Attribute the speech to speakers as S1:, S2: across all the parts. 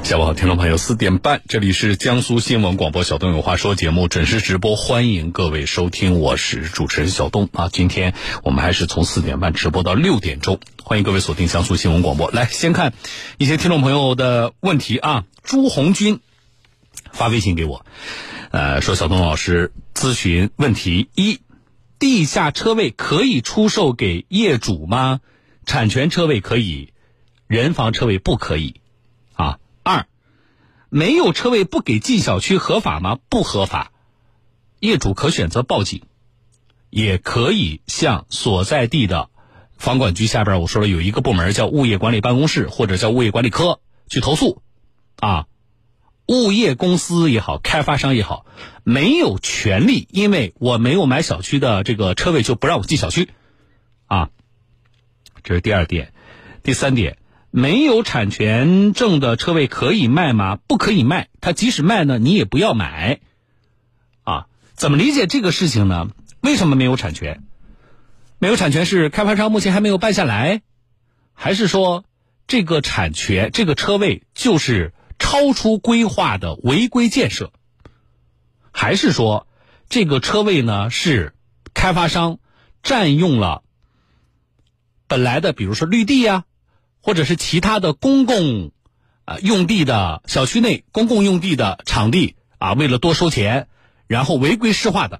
S1: 下午好，听众朋友，4点半，这里是江苏新闻广播小东有话说节目准时直播，欢迎各位收听，我是主持人小东啊。今天我们还是从4点半直播到6点钟，欢迎各位锁定江苏新闻广播。来，先看一些听众朋友的问题啊。朱红军发微信给我，说小东老师咨询问题：一，地下车位可以出售给业主吗？产权车位可以，人防车位不可以啊。二，没有车位不给进小区合法吗？不合法，业主可选择报警，也可以向所在地的房管局下边我说了有一个部门叫物业管理办公室或者叫物业管理科去投诉啊。物业公司也好，开发商也好，没有权利因为我没有买小区的这个车位就不让我进小区啊。这是第二点。第三点，没有产权证的车位可以卖吗？不可以卖，他即使卖呢，你也不要买啊。怎么理解这个事情呢？为什么没有产权？没有产权是开发商目前还没有办下来，还是说这个产权这个车位就是超出规划的违规建设，还是说这个车位呢是开发商占用了本来的比如说绿地啊，或者是其他的公共用地的小区内公共用地的场地啊，为了多收钱然后违规施化的。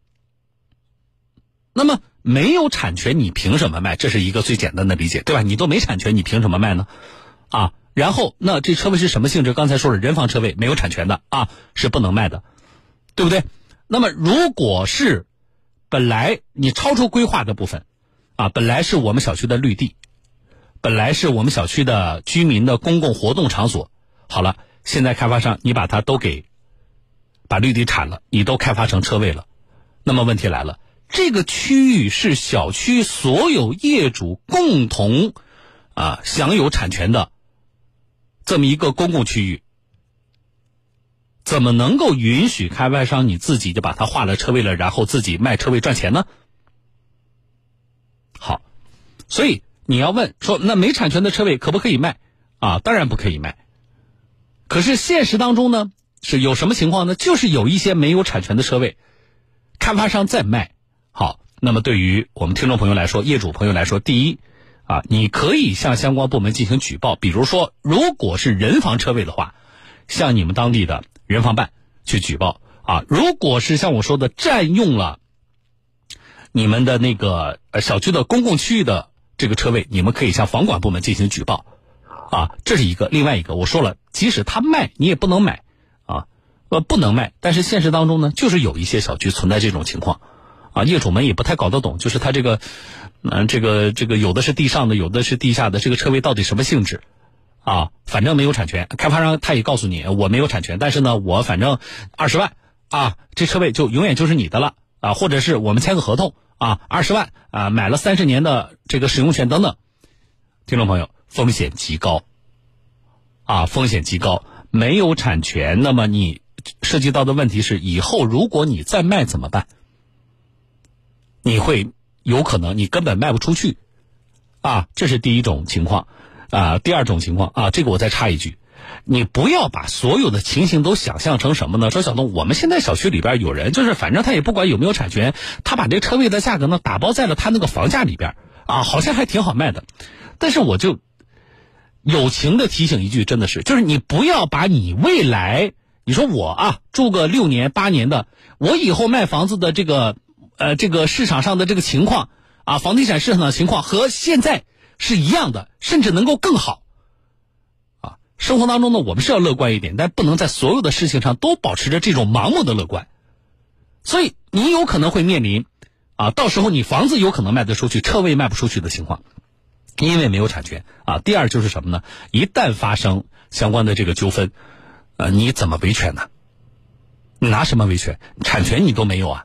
S1: 那么没有产权你凭什么卖？这是一个最简单的理解，对吧？你都没产权你凭什么卖呢？啊，然后那这车位是什么性质？刚才说了人防车位没有产权的啊，是不能卖的，对不对？那么如果是本来你超出规划的部分啊，本来是我们小区的绿地，本来是我们小区的居民的公共活动场所，好了，现在开发商你把它都给把绿地铲了，你都开发成车位了，那么问题来了，这个区域是小区所有业主共同享有产权的这么一个公共区域，怎么能够允许开发商你自己就把它划了车位了，然后自己卖车位赚钱呢？好，所以你要问说那没产权的车位可不可以卖啊？当然不可以卖。可是现实当中呢是有什么情况呢？就是有一些没有产权的车位开发商在卖。好，那么对于我们听众朋友来说，业主朋友来说，第一你可以向相关部门进行举报，比如说如果是人防车位的话，向你们当地的人防办去举报啊。如果是像我说的占用了你们的那个小区的公共区域的这个车位，你们可以向房管部门进行举报啊。这是一个。另外一个我说了，即使他卖你也不能买啊，不能卖，但是现实当中呢就是有一些小区存在这种情况啊，业主们也不太搞得懂，就是他这个有的是地上的，有的是地下的，这个车位到底什么性质啊？反正没有产权，开发商他也告诉你我没有产权，但是呢我反正20万啊，这车位就永远就是你的了啊，或者是我们签个合同啊，20万啊，买了30年的这个使用权等等。听众朋友，风险极高啊，风险极高。没有产权，那么你涉及到的问题是以后如果你再卖怎么办？你会有可能你根本卖不出去啊，这是第一种情况啊。第二种情况啊，这个我再插一句，你不要把所有的情形都想象成什么呢？说小东，我们现在小区里边有人就是反正他也不管有没有产权，他把这车位的价格呢打包在了他那个房价里边啊，好像还挺好卖的。但是我就友情的提醒一句，真的是就是你不要把你未来你说我住个6年8年的，我以后卖房子的这个市场上的这个情况啊，房地产市场的情况和现在是一样的，甚至能够更好啊。生活当中呢，我们是要乐观一点，但不能在所有的事情上都保持着这种盲目的乐观。所以你有可能会面临到时候你房子有可能卖得出去，车位卖不出去的情况，因为没有产权啊。第二就是什么呢？一旦发生相关的这个纠纷，你怎么维权呢？你拿什么维权？产权你都没有啊。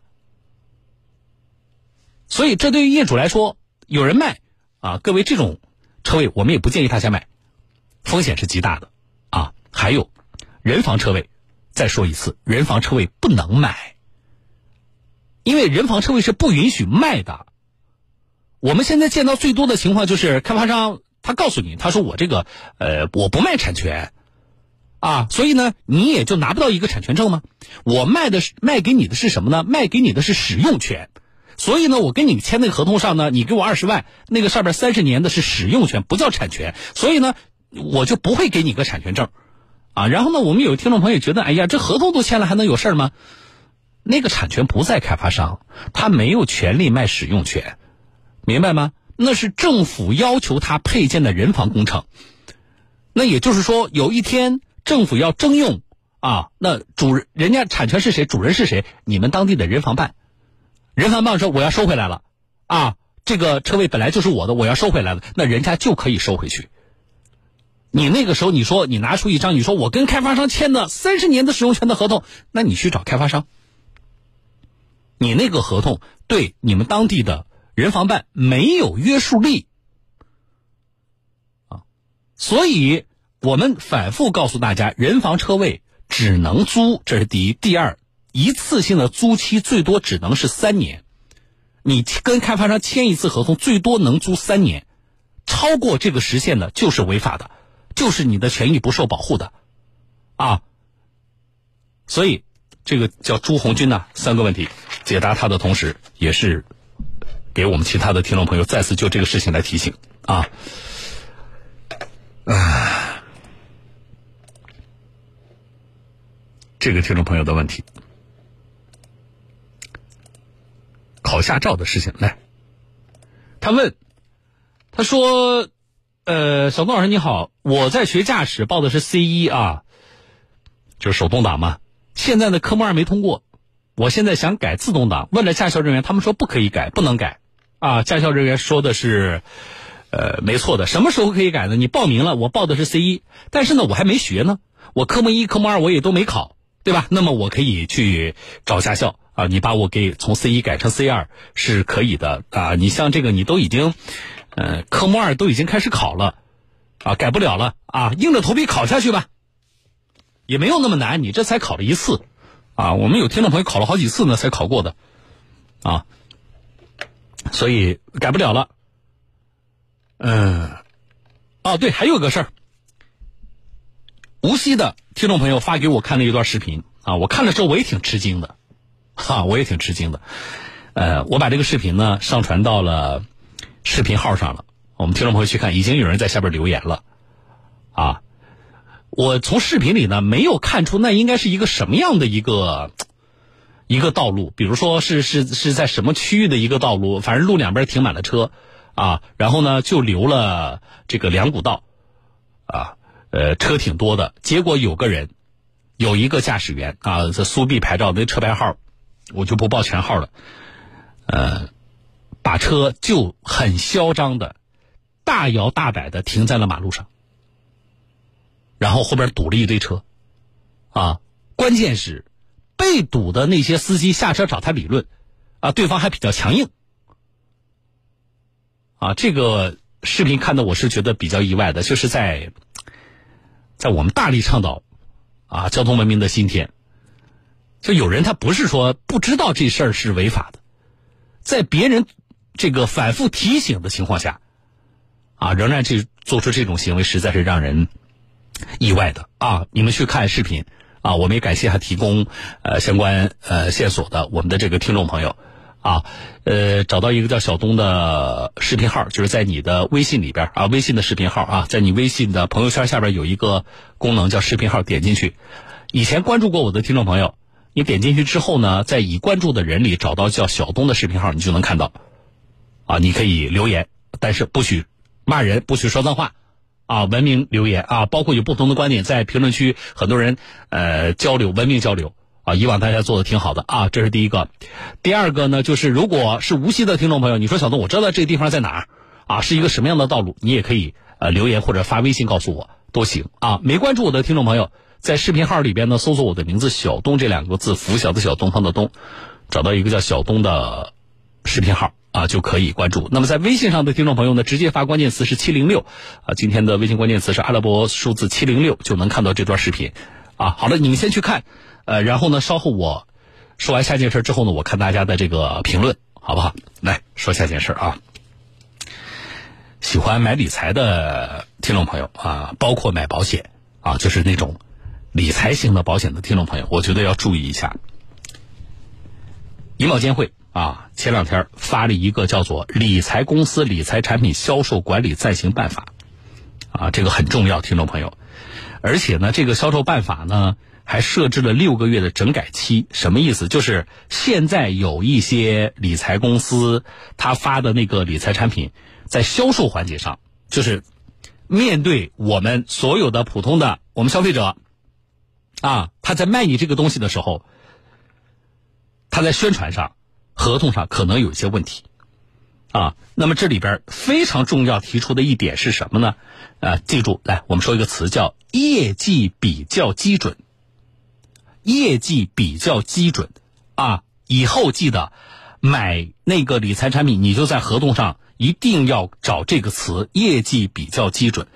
S1: 所以这对于业主来说，有人卖各位这种车位我们也不建议大家买，风险是极大的啊。还有人防车位，再说一次，人防车位不能买，因为人防车位是不允许卖的。我们现在见到最多的情况就是开发商他告诉你，他说我这个我不卖产权所以呢，你也就拿不到一个产权证吗？我卖给你的是什么呢？卖给你的是使用权。所以呢，我跟你签那个合同上呢，你给我20万，那个上面30年的是使用权，不叫产权。所以呢，我就不会给你个产权证。然后呢，我们有听众朋友觉得，哎呀，这合同都签了还能有事吗？那个产权不在开发商，他没有权利卖使用权，明白吗？那是政府要求他配建的人防工程。那也就是说，有一天政府要征用那人家产权是谁，主人是谁？你们当地的人防办说我要收回来了这个车位本来就是我的，我要收回来了，那人家就可以收回去。你那个时候你说你拿出一张，你说我跟开发商签的30年的使用权的合同，那你去找开发商，你那个合同对你们当地的人防办没有约束力所以我们反复告诉大家，人防车位只能租，这是第一。第二，一次性的租期最多只能是3年，你跟开发商签一次合同最多能租3年，超过这个时限的就是违法的，就是你的权益不受保护的所以这个叫朱红军3个问题解答他的同时，也是给我们其他的听众朋友再次就这个事情来提醒这个听众朋友的问题，考驾照的事情来，他说小东老师你好，我在学驾驶，报的是 C1就是手动挡嘛，现在的科目2没通过，我现在想改自动挡，问了驾校人员，他们说不可以改，不能改驾校人员说的是没错的。什么时候可以改呢？你报名了，我报的是 C1， 但是呢我还没学呢，我科目1科目2我也都没考，对吧？那么我可以去找驾校你把我给从 C1 改成 C2 是可以的你像这个你都已经科目2都已经开始考了改不了了硬着头皮考下去吧，也没有那么难，你这才考了1次我们有听众朋友考了好几次呢才考过的所以改不了了。对，还有个事儿，无锡的听众朋友发给我看了一段视频我看了之后我也挺吃惊的我把这个视频呢上传到了视频号上了，我们听众朋友去看，已经有人在下边留言了我从视频里呢没有看出那应该是一个什么样的一个道路，比如说是在什么区域的一个道路，反正路两边停满了车然后呢就留了这个两股道车挺多的，结果有一个驾驶员这苏 B 牌照那车牌号我就不报全号了把车就很嚣张的大摇大摆的停在了马路上，然后后边堵了一堆车关键是被堵的那些司机下车找他理论对方还比较强硬这个视频看的我是觉得比较意外的，就是在我们大力倡导交通文明的今天，就有人他不是说不知道这事儿是违法的，在别人这个反复提醒的情况下仍然做出这种行为，实在是让人意外的你们去看视频我们也感谢还提供相关线索的我们的这个听众朋友找到一个叫小东的视频号，就是在你的微信里边微信的视频号在你微信的朋友圈下边有一个功能叫视频号，点进去，以前关注过我的听众朋友，你点进去之后呢，在已关注的人里找到叫小东的视频号，你就能看到你可以留言，但是不许骂人，不许说脏话文明留言包括有不同的观点在评论区很多人交流，文明交流以往大家做的挺好的这是第一个。第二个呢，就是如果是无锡的听众朋友，你说小东我知道这个地方在哪儿是一个什么样的道路，你也可以留言或者发微信告诉我都行没关注我的听众朋友，在视频号里边呢搜索我的名字小东这2个字，拂晓的小，东方的东，找到一个叫小东的视频号就可以关注。那么在微信上的听众朋友呢，直接发关键词是706今天的微信关键词是阿拉伯数字706，就能看到这段视频好了，你们先去看然后呢稍后我说完下件事之后呢，我看大家的这个评论好不好？来说下件事喜欢买理财的听众朋友包括买保险就是那种理财型的保险的听众朋友，我觉得要注意一下。银保监会前两天发了一个叫做《理财公司理财产品销售管理暂行办法》这个很重要，听众朋友。而且呢，这个销售办法呢还设置了6个月的整改期。什么意思？就是现在有一些理财公司他发的那个理财产品，在销售环节上，就是面对我们所有的普通的我们消费者他在卖你这个东西的时候，他在宣传上合同上可能有一些问题那么这里边非常重要提出的一点是什么呢？记住，来，我们说一个词叫业绩比较基准。业绩比较基准以后记得买那个理财产品，你就在合同上一定要找这个词，业绩比较基准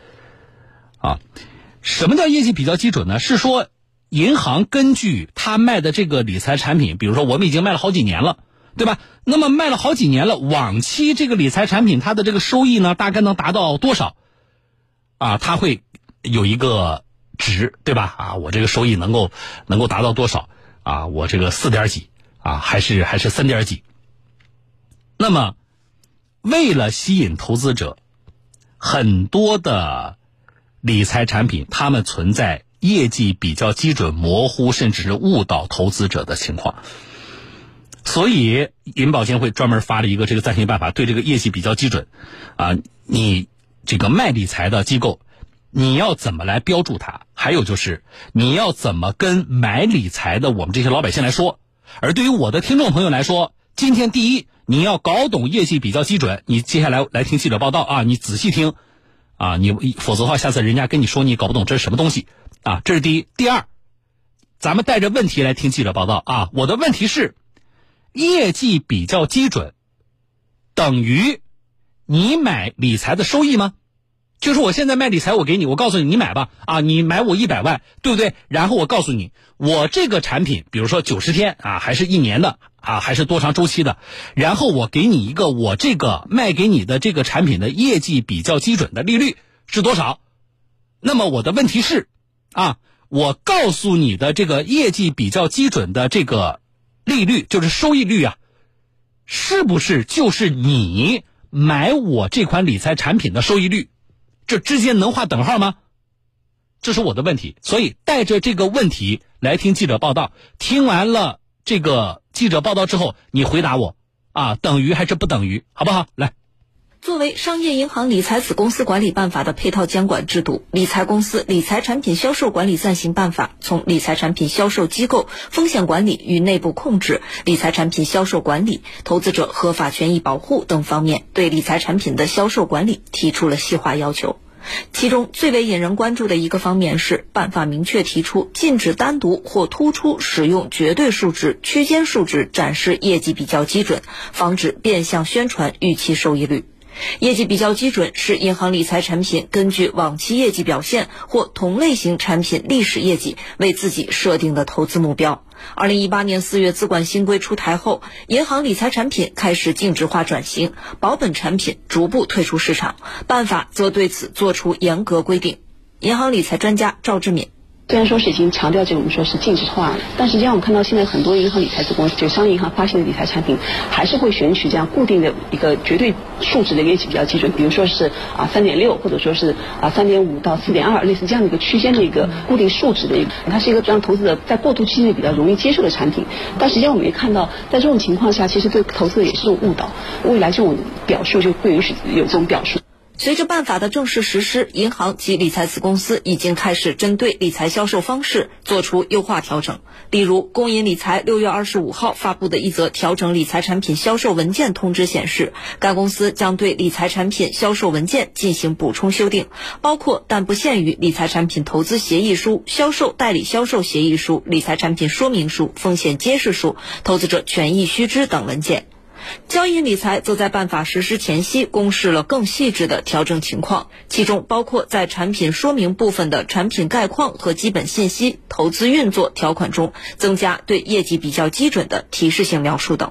S1: 什么叫业绩比较基准呢？是说银行根据他卖的这个理财产品，比如说我们已经卖了好几年了，对吧？那么卖了好几年了，往期这个理财产品它的这个收益呢，大概能达到多少它会有一个值，对吧？我这个收益能够达到多少我这个4点几还是3点几。那么为了吸引投资者，很多的理财产品他们存在业绩比较基准模糊甚至是误导投资者的情况。所以银保监会专门发了一个这个暂行办法，对这个业绩比较基准你这个卖理财的机构，你要怎么来标注它，还有就是你要怎么跟买理财的我们这些老百姓来说。而对于我的听众朋友来说，今天第一，你要搞懂业绩比较基准，你接下来来听记者报道你仔细听你否则的话下次人家跟你说你搞不懂这是什么东西这是第一。第二，咱们带着问题来听记者报道我的问题是，业绩比较基准等于你买理财的收益吗？就是我现在卖理财，我给你，我告诉你，你买吧你买我100万，对不对？然后我告诉你，我这个产品，比如说90天还是1年的还是多长周期的，然后我给你一个我这个卖给你的这个产品的业绩比较基准的利率是多少？那么我的问题是我告诉你的这个业绩比较基准的这个利率，就是收益率是不是就是你买我这款理财产品的收益率？这之间能画等号吗？这是我的问题。所以带着这个问题来听记者报道，听完了这个记者报道之后，你回答我等于还是不等于，好不好？来，
S2: 作为商业银行理财子公司管理办法的配套监管制度，理财公司理财产品销售管理暂行办法从理财产品销售机构、风险管理与内部控制、理财产品销售管理、投资者合法权益保护等方面，对理财产品的销售管理提出了细化要求。其中最为引人关注的一个方面是，办法明确提出禁止单独或突出使用绝对数值、区间数值展示业绩比较基准，防止变相宣传预期收益率。业绩比较基准是银行理财产品根据往期业绩表现或同类型产品历史业绩为自己设定的投资目标。2018年4月资管新规出台后，银行理财产品开始净值化转型，保本产品逐步退出市场，办法则对此作出严格规定。银行理财专家赵志敏，
S3: 虽然说是已经强调这个我们说是净值化了，但实际上我们看到现在很多银行理财子公司，就商业银行发行的理财产品，还是会选取这样固定的一个绝对数值的业绩比较基准，比如说是3.6，或者说是3.5到4.2，类似这样的一个区间的一个固定数值的一个，它是一个让投资者在过渡期内比较容易接受的产品。但实际上我们也看到，在这种情况下，其实对投资者也是种误导，未来这种表述就不允许有这种表述。
S2: 随着办法的正式实施，银行及理财子公司已经开始针对理财销售方式做出优化调整。例如，工银理财6月25号发布的一则调整理财产品销售文件通知显示，该公司将对理财产品销售文件进行补充修订，包括但不限于理财产品投资协议书、销售代理销售协议书、理财产品说明书、风险揭示书、投资者权益须知等文件。交银理财则在办法实施前夕公示了更细致的调整情况，其中包括在产品说明部分的产品概况和基本信息、投资运作条款中增加对业绩比较基准的提示性描述等。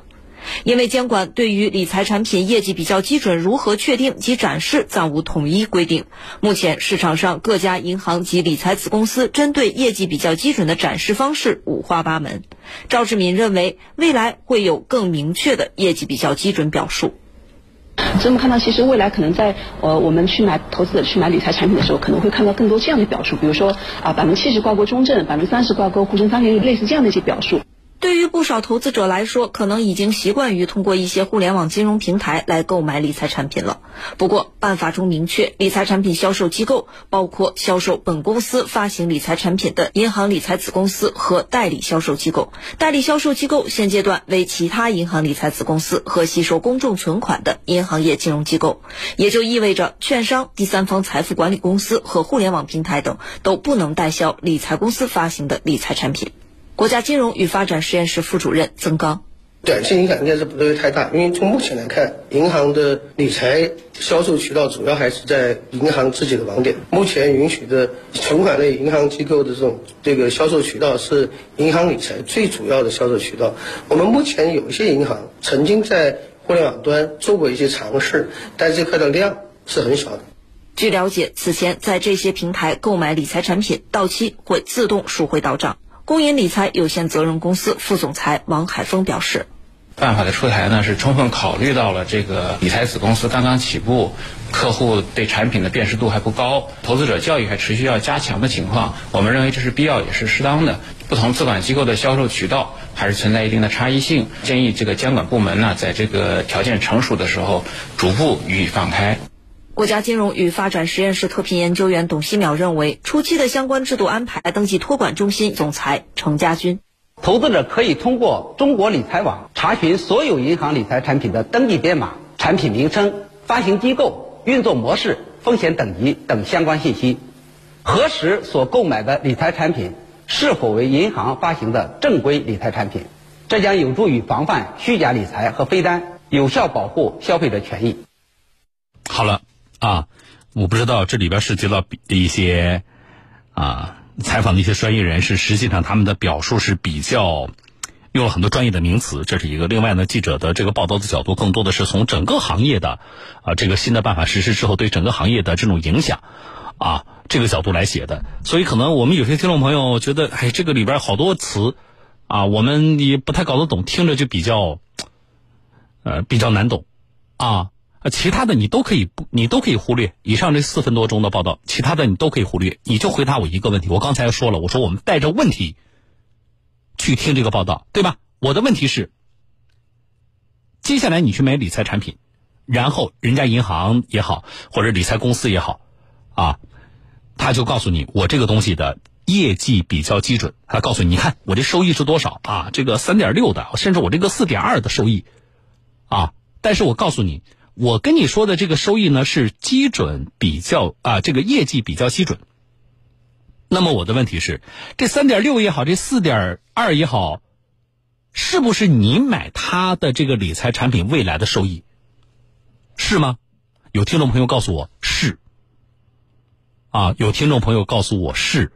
S2: 因为监管对于理财产品业绩比较基准如何确定及展示暂无统一规定，目前市场上各家银行及理财子公司针对业绩比较基准的展示方式五花八门。赵志敏认为，未来会有更明确的业绩比较基准表述。
S3: 所以我们看到，其实未来可能在我们投资者去买理财产品的时候，可能会看到更多这样的表述，比如说70%挂钩中证，30%挂钩沪深3000，类似这样的一些表述。
S2: 对于不少投资者来说，可能已经习惯于通过一些互联网金融平台来购买理财产品了。不过，办法中明确，理财产品销售机构包括销售本公司发行理财产品的银行理财子公司和代理销售机构。代理销售机构现阶段为其他银行理财子公司和吸收公众存款的银行业金融机构，也就意味着券商、第三方财富管理公司和互联网平台等都不能代销理财公司发行的理财产品。国家金融与发展实验室副主任曾刚：
S4: 短期影响应该是不会太大，因为从目前来看，银行的理财销售渠道主要还是在银行自己的网点。目前允许的存款类银行机构的这个销售渠道是银行理财最主要的销售渠道。我们目前有一些银行曾经在互联网端做过一些尝试，但这块的量是很小的。
S2: 据了解，此前在这些平台购买理财产品，到期会自动赎回到账。工银理财有限责任公司副总裁王海峰表示，
S5: 办法的出台呢，是充分考虑到了这个理财子公司刚刚起步，客户对产品的辨识度还不高，投资者教育还持续要加强的情况，我们认为这是必要也是适当的。不同资管机构的销售渠道还是存在一定的差异性，建议这个监管部门呢，在这个条件成熟的时候，逐步予以放开。
S2: 国家金融与发展实验室特聘研究员董希淼认为，初期的相关制度安排，登记托管中心总裁程家军：
S6: 投资者可以通过中国理财网查询所有银行理财产品的登记编码、产品名称、发行机构、运作模式、风险等级等相关信息，核实所购买的理财产品是否为银行发行的正规理财产品，这将有助于防范虚假理财和飞单，有效保护消费者权益。
S1: 好了我不知道这里边涉及到一些采访的一些专业人士，实际上他们的表述是比较用了很多专业的名词，这是一个。另外呢，记者的这个报道的角度更多的是从整个行业的这个新的办法实施之后对整个行业的这种影响这个角度来写的。所以可能我们有些听众朋友觉得这个里边好多词我们也不太搞得懂，听着就比较难懂其他的你都可以忽略。以上这4分多钟的报道，其他的你都可以忽略，你就回答我一个问题。我刚才说了，我说我们带着问题去听这个报道，对吧？我的问题是，接下来你去买理财产品，然后人家银行也好，或者理财公司也好他就告诉你我这个东西的业绩比较基准，他告诉你看我这收益是多少这个 3.6 的，甚至我这个 4.2 的收益但是我告诉你，我跟你说的这个收益呢是基准比较这个业绩比较基准。那么我的问题是，这 3.6 也好，这 4.2 也好，是不是你买它的这个理财产品未来的收益？是吗？有听众朋友告诉我是有听众朋友告诉我是，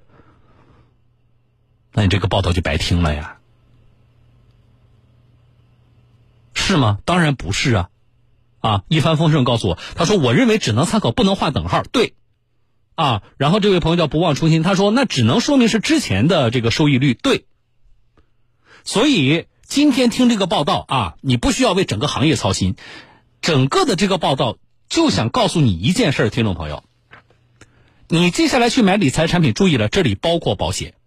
S1: 那你这个报道就白听了呀。是吗？当然不是一帆风顺告诉我，他说我认为只能参考，不能画等号。对然后这位朋友叫不忘初心，他说那只能说明是之前的这个收益率。对，所以今天听这个报道你不需要为整个行业操心，整个的这个报道就想告诉你一件事，听众朋友，你接下来去买理财产品，注意了，这里包括保险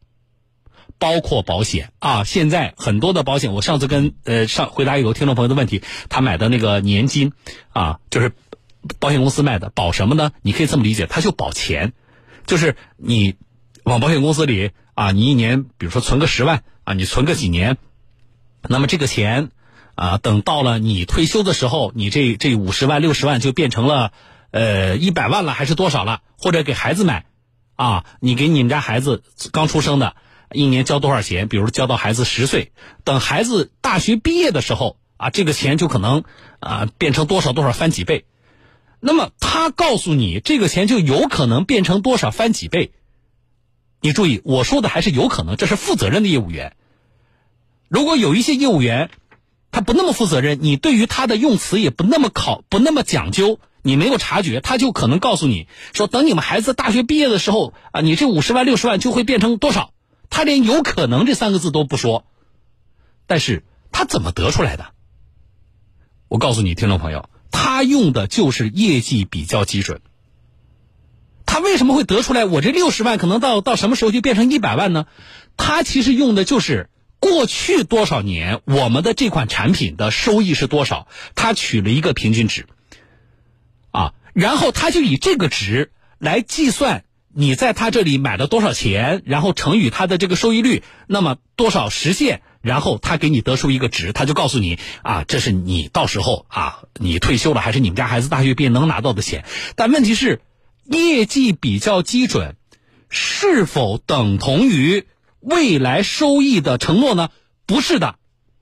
S1: 现在很多的保险，我上次跟回答有个听众朋友的问题，他买的那个年金就是保险公司卖的，保什么呢？你可以这么理解，他就保钱，就是你往保险公司里你一年比如说存个10万你存个几年，那么这个钱等到了你退休的时候，你这50万60万就变成了100万了还是多少了，或者给孩子买你给你们家孩子刚出生的一年交多少钱，比如交到孩子10岁，等孩子大学毕业的时候这个钱就可能变成多少多少翻几倍。那么他告诉你这个钱就有可能变成多少翻几倍，你注意我说的还是有可能，这是负责任的业务员。如果有一些业务员他不那么负责任，你对于他的用词也不那么讲究，你没有察觉，他就可能告诉你说，等你们孩子大学毕业的时候啊，你这50万60万就会变成多少，他连有可能这3个字都不说。但是他怎么得出来的？我告诉你听众朋友，他用的就是业绩比较基准。他为什么会得出来我这60万可能到什么时候就变成100万呢？他其实用的就是过去多少年我们的这款产品的收益是多少，他取了一个平均值啊，然后他就以这个值来计算你在他这里买了多少钱，然后乘以他的这个收益率，那么多少实现，然后他给你得出一个值，他就告诉你啊，这是你到时候啊，你退休了还是你们家孩子大学毕业能拿到的钱。但问题是，业绩比较基准是否等同于未来收益的承诺呢？不是的，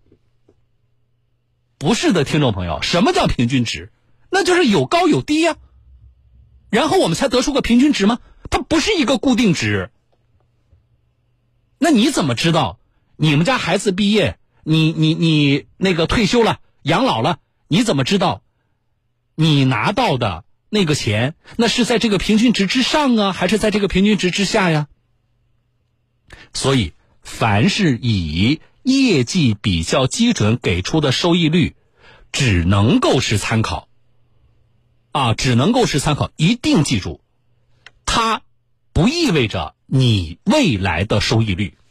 S1: 不是的，听众朋友，什么叫平均值？那就是有高有低呀，然后我们才得出个平均值吗？它不是一个固定值。那你怎么知道你们家孩子毕业，你那个退休了养老了，你怎么知道你拿到的那个钱那是在这个平均值之上啊，还是在这个平均值之下呀？所以凡是以业绩比较基准给出的收益率只能够是参考啊，只能够是参考，一定记住，它不意味着你未来的收益率。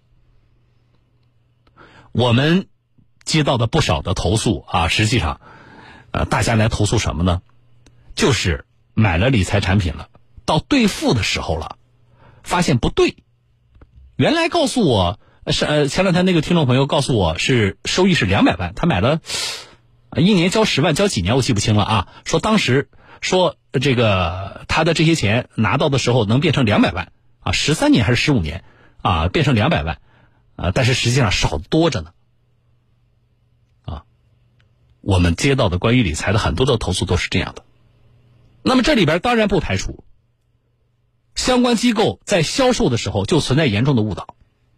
S1: 我们接到的不少的投诉啊，实际上大家来投诉什么呢？就是买了理财产品了，到兑付的时候了，发现不对。原来告诉我前两天那个听众朋友告诉我是收益是200万，他买了1年交10万，交几年我记不清了啊。说当时说这个他的这些钱拿到的时候能变成200万啊，13年还是15年啊，变成200万啊，但是实际上少多着呢啊。我们接到的关于理财的很多的投诉都是这样的。那么这里边当然不排除相关机构在销售的时候就存在严重的误导。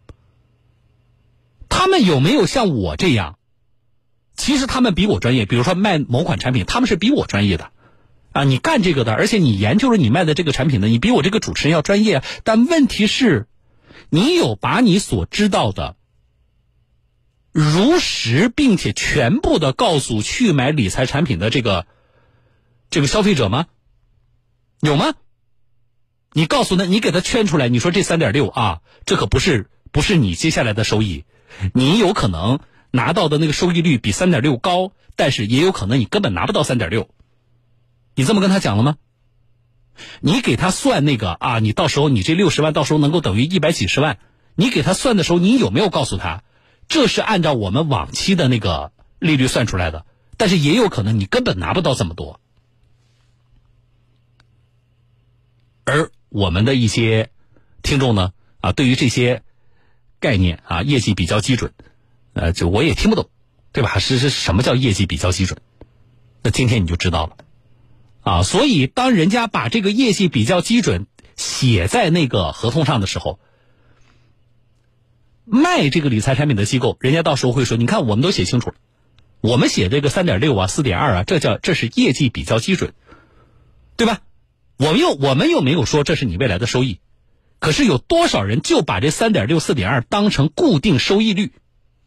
S1: 他们有没有像我这样？其实他们比我专业，比如说卖某款产品，他们是比我专业的啊。你干这个的，而且你研究了你卖的这个产品的，你比我这个主持人要专业。但问题是，你有把你所知道的如实并且全部的告诉去买理财产品的这个消费者吗？有吗？你告诉他，你给他圈出来，你说这 3.6 啊，这可不是你接下来的收益，你有可能拿到的那个收益率比 3.6 高，但是也有可能你根本拿不到 3.6。 你这么跟他讲了吗？你给他算那个啊，你到时候你这60万到时候能够等于100几十万，你给他算的时候，你有没有告诉他这是按照我们往期的那个利率算出来的，但是也有可能你根本拿不到这么多。而我们的一些听众呢啊，对于这些概念啊，业绩比较基准就我也听不懂，对吧？是什么叫业绩比较基准？那今天你就知道了啊。所以当人家把这个业绩比较基准写在那个合同上的时候，卖这个理财产品的机构，人家到时候会说，你看我们都写清楚了，我们写这个 3.6 啊 4.2 啊，这是业绩比较基准，对吧？我们又没有说这是你未来的收益，可是有多少人就把这 3.6 4.2 当成固定收益率？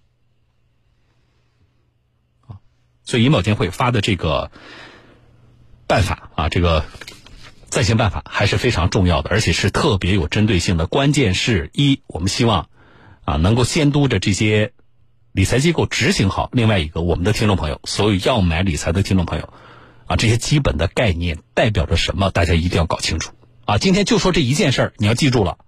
S1: 所以银保监会发的这个办法啊，这个暂行办法还是非常重要的，而且是特别有针对性的。关键是一，我们希望啊能够监督着这些理财机构执行好；另外一个，我们的听众朋友，所有要买理财的听众朋友啊，这些基本的概念代表着什么，大家一定要搞清楚啊。今天就说这一件事儿，你要记住了。